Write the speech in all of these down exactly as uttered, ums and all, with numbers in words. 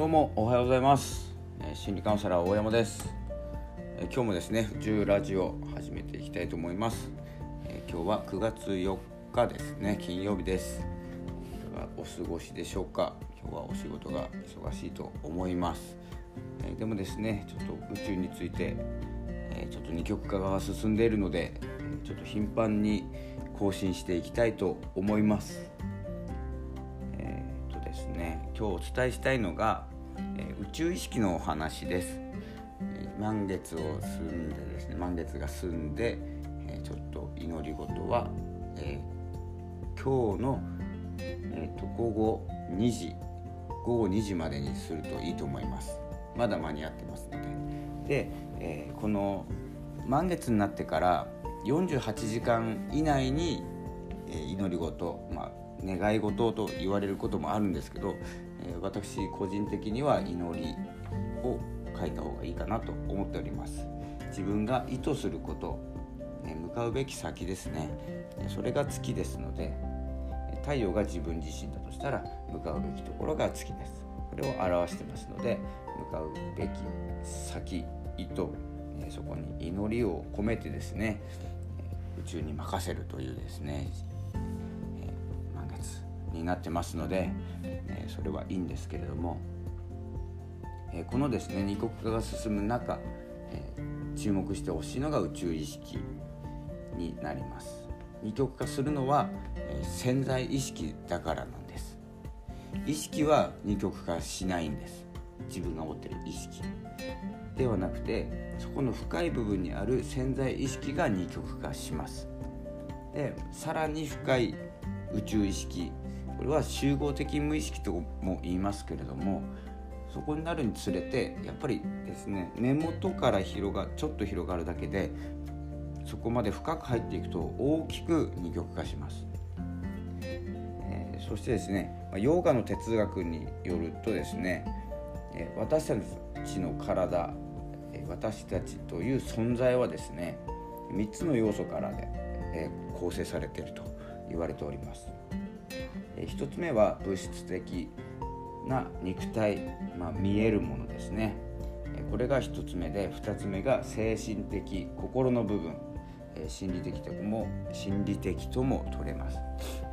どうもおはようございます。心理カウンセラー大山です。今日もですね、宇宙ラジオ始めていきたいと思います。今日はくがつよっかですね、金曜日です。いかがお過ごしでしょうか。今日はお仕事が忙しいと思います。でもですね、ちょっと宇宙についてちょっと二極化が進んでいるので、ちょっと頻繁に更新していきたいと思います。えー、っとですね、今日お伝えしたいのが、えー、宇宙意識のお話です。えー、満月を済んでですね、満月が済んで、えー、ちょっと祈り事は、えー、今日の、えー、っと午後にじ午後にじまでにするといいと思います。まだ間に合ってますので。で、えー、この満月になってからよんじゅうはちじかん以内に、えー、祈り事、まあ、願い事と言われることもあるんですけど、えー、私個人的には祈りを書いた方がいいかなと思っております。自分が意図すること、えー、向かうべき先ですね。それが月ですので、太陽が自分自身だとしたら向かうべきところが月です。これを表してますので、向かうべき先、意図、そこに祈りを込めてですね、宇宙に任せるというですね、満月になってますので、それはいいんですけれども、このですね二極化が進む中、注目してほしいのが宇宙意識になります。二極化するのは潜在意識だからなんです。意識は二極化しないんです。自分が持っている意識ではなくて、そこの深い部分にある潜在意識が二極化します。で、さらに深い宇宙意識、これは集合的無意識とも言いますけれども、そこになるにつれてやっぱりですね、根元から広がちょっと広がるだけで、そこまで深く入っていくと大きく二極化します。えー、そしてですね、ヨガの哲学によるとですね、私たちの体、私たちという存在はですね、みっつの要素からで構成されていると言われております。ひとつめは物質的な肉体、まあ、見えるものですね。これがひとつめで、ふたつめが精神的、心の部分、心理的とも心理的とも取れます。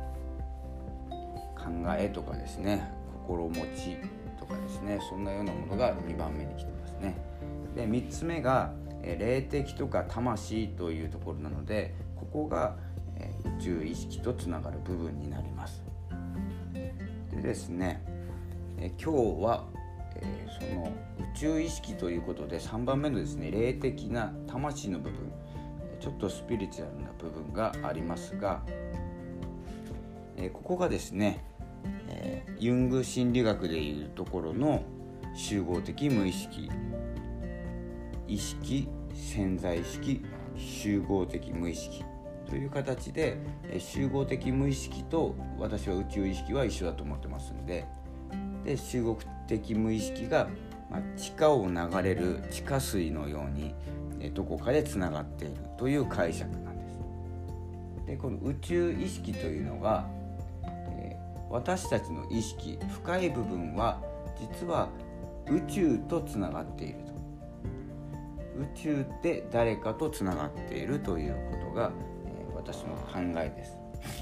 考えとかですね、心持ちとかですね、そんなようなものがにばんめに来てますね。で、みっつめが霊的とか魂というところなので、ここが宇宙意識とつながる部分になります。でですね、今日はその宇宙意識ということで、さんばんめのですね、霊的な魂の部分、ちょっとスピリチュアルな部分がありますが、ここがですね、ユング心理学でいうところの集合的無意識、意識、潜在意識、集合的無意識という形で、集合的無意識と私は宇宙意識は一緒だと思ってますので、で集合的無意識が、まあ、地下を流れる地下水のようにどこかでつながっているという解釈なんです。で、この宇宙意識というのが、えー、私たちの意識、深い部分は実は宇宙とつながっていると。宇宙で誰かとつながっているということが、えー、私の考えです。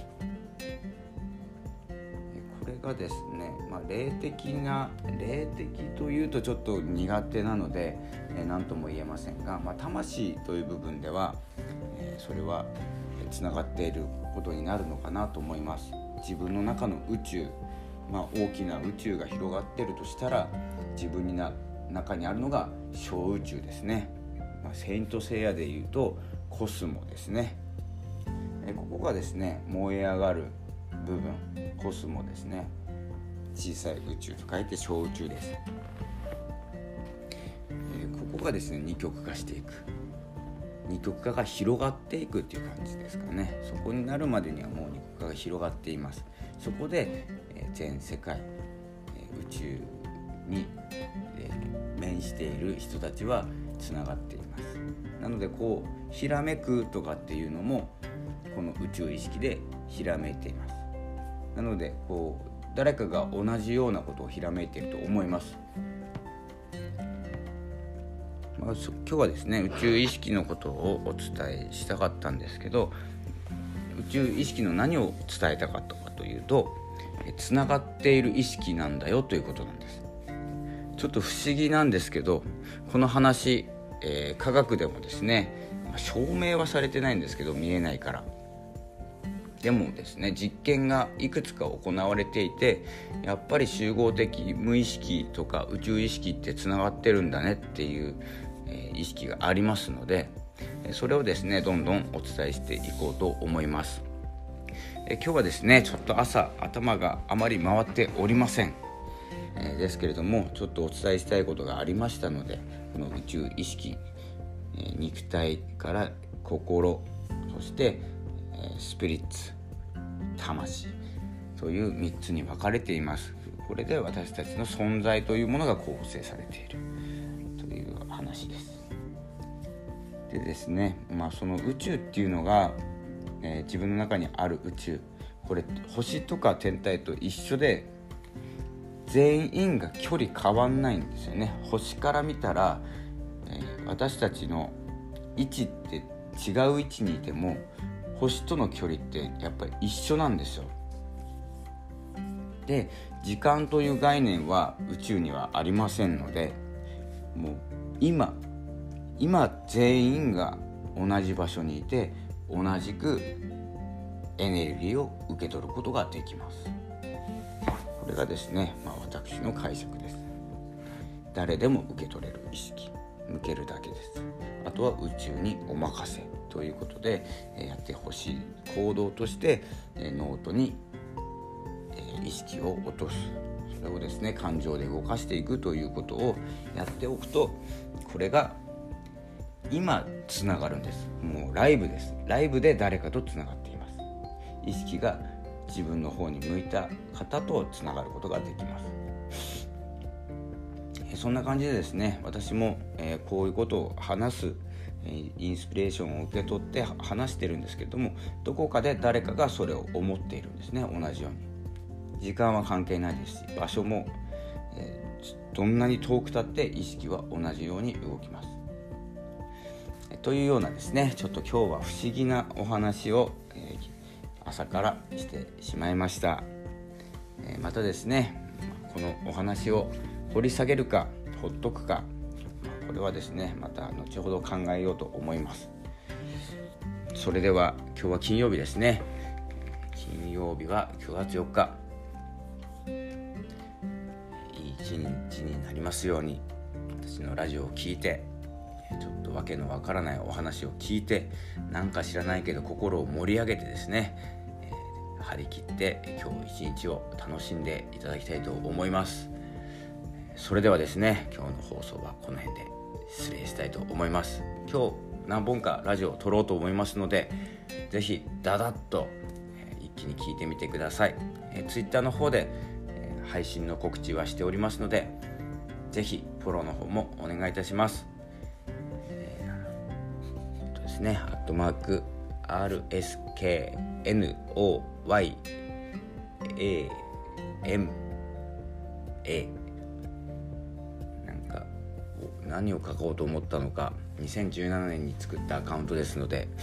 これがですね、まあ、霊的な霊的というとちょっと苦手なので、えー、何とも言えませんが、まあ、魂という部分では、えー、それはつながっていることになるのかなと思います。自分の中の宇宙、まあ、大きな宇宙が広がっているとしたら、自分の中にあるのが小宇宙ですね。まあ、セイントセイヤでいうとコスモですね。えー、ここがですね、燃え上がる部分、コスモですね。小さい宇宙と書いて小宇宙です。えー、ここがですね、二極化していく、二極化が広がっていくっていう感じですかね。そこになるまでにはもう二極化が広がっています。そこで、えー、全世界、えー、宇宙に、えー、面している人たちはつながっています。なのでこうひらめくとかっていうのもこの宇宙意識でひらめいています。なのでこう誰かが同じようなことをひらめいていると思います。まあ、今日はですね宇宙意識のことをお伝えしたかったんですけど、宇宙意識の何を伝えたかったかというと、つながっている意識なんだよということなんです。ちょっと不思議なんですけど、この話、えー、科学でもですね証明はされてないんですけど、見えないから。でもですね実験がいくつか行われていて、やっぱり集合的無意識とか宇宙意識ってつながってるんだねっていう、えー、意識がありますので、それをですねどんどんお伝えしていこうと思います。え今日はですねちょっと朝頭があまり回っておりません、えー、ですけれどもちょっとお伝えしたいことがありましたので、この宇宙意識、えー、肉体から心、そしてスピリッツ、魂というみっつに分かれています。これで私たちの存在というものが構成されているという話です。でですね、まあ、その宇宙っていうのが、えー、自分の中にある宇宙、これ星とか天体と一緒で全員が距離変わんないんですよね。星から見たら、えー、私たちの位置って違う位置にいても星との距離ってやっぱり一緒なんですよ。で、時間という概念は宇宙にはありませんので、もう今今全員が同じ場所にいて同じくエネルギーを受け取ることができます。これがですね、まあ、私の解釈です。誰でも受け取れる意識、向けるだけです。あとは宇宙にお任せということでやってほしい行動としてノートに意識を落とす、それをですね感情で動かしていくということをやっておくと、これが今つながるんです。もうライブです。ライブで誰かとつながっています。意識が自分の方に向いた方とつながることができます。そんな感じでですね、私も、えー、こういうことを話すインスピレーションを受け取って話してるんですけれども、どこかで誰かがそれを思っているんですね。同じように時間は関係ないですし、場所も、えー、どんなに遠くたって意識は同じように動きます。というようなですね、ちょっと今日は不思議なお話を、えー、朝からしてしまいました。えー、またですねこのお話を掘り下げるかほっとくか、これはですねまた後ほど考えようと思います。それでは今日は金曜日ですね。金曜日はくがつよっか、いい一日になりますように。私のラジオを聞いてちょっとわけのわからないお話を聞いて、なんか知らないけど心を盛り上げてですね、えー、張り切って今日一日を楽しんでいただきたいと思います。それではですね、今日の放送はこの辺で失礼したいと思います。今日何本かラジオを撮ろうと思いますので、ぜひダダッと、えー、一気に聞いてみてください。えー、Twitter の方で、えー、配信の告知はしておりますので、ぜひフォローの方もお願いいたします。えー、とですね、アットマーク アールエスケーエヌオーワイエーエムエー、何を書こうと思ったのかにせんじゅうななねんに作ったアカウントですので、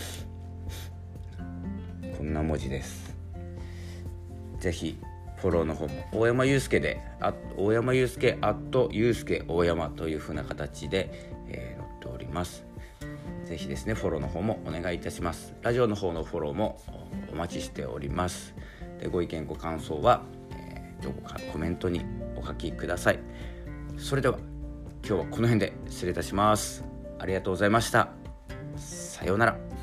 こんな文字です。ぜひフォローの方も大山祐介で大山祐介アット祐介大山という風な形で、えー、載っております。ぜひですねフォローの方もお願いいたします。ラジオの方のフォローもお待ちしております。でご意見ご感想は、えー、どこかコメントにお書きください。それでは今日はこの辺で失礼いたします。ありがとうございました。さようなら。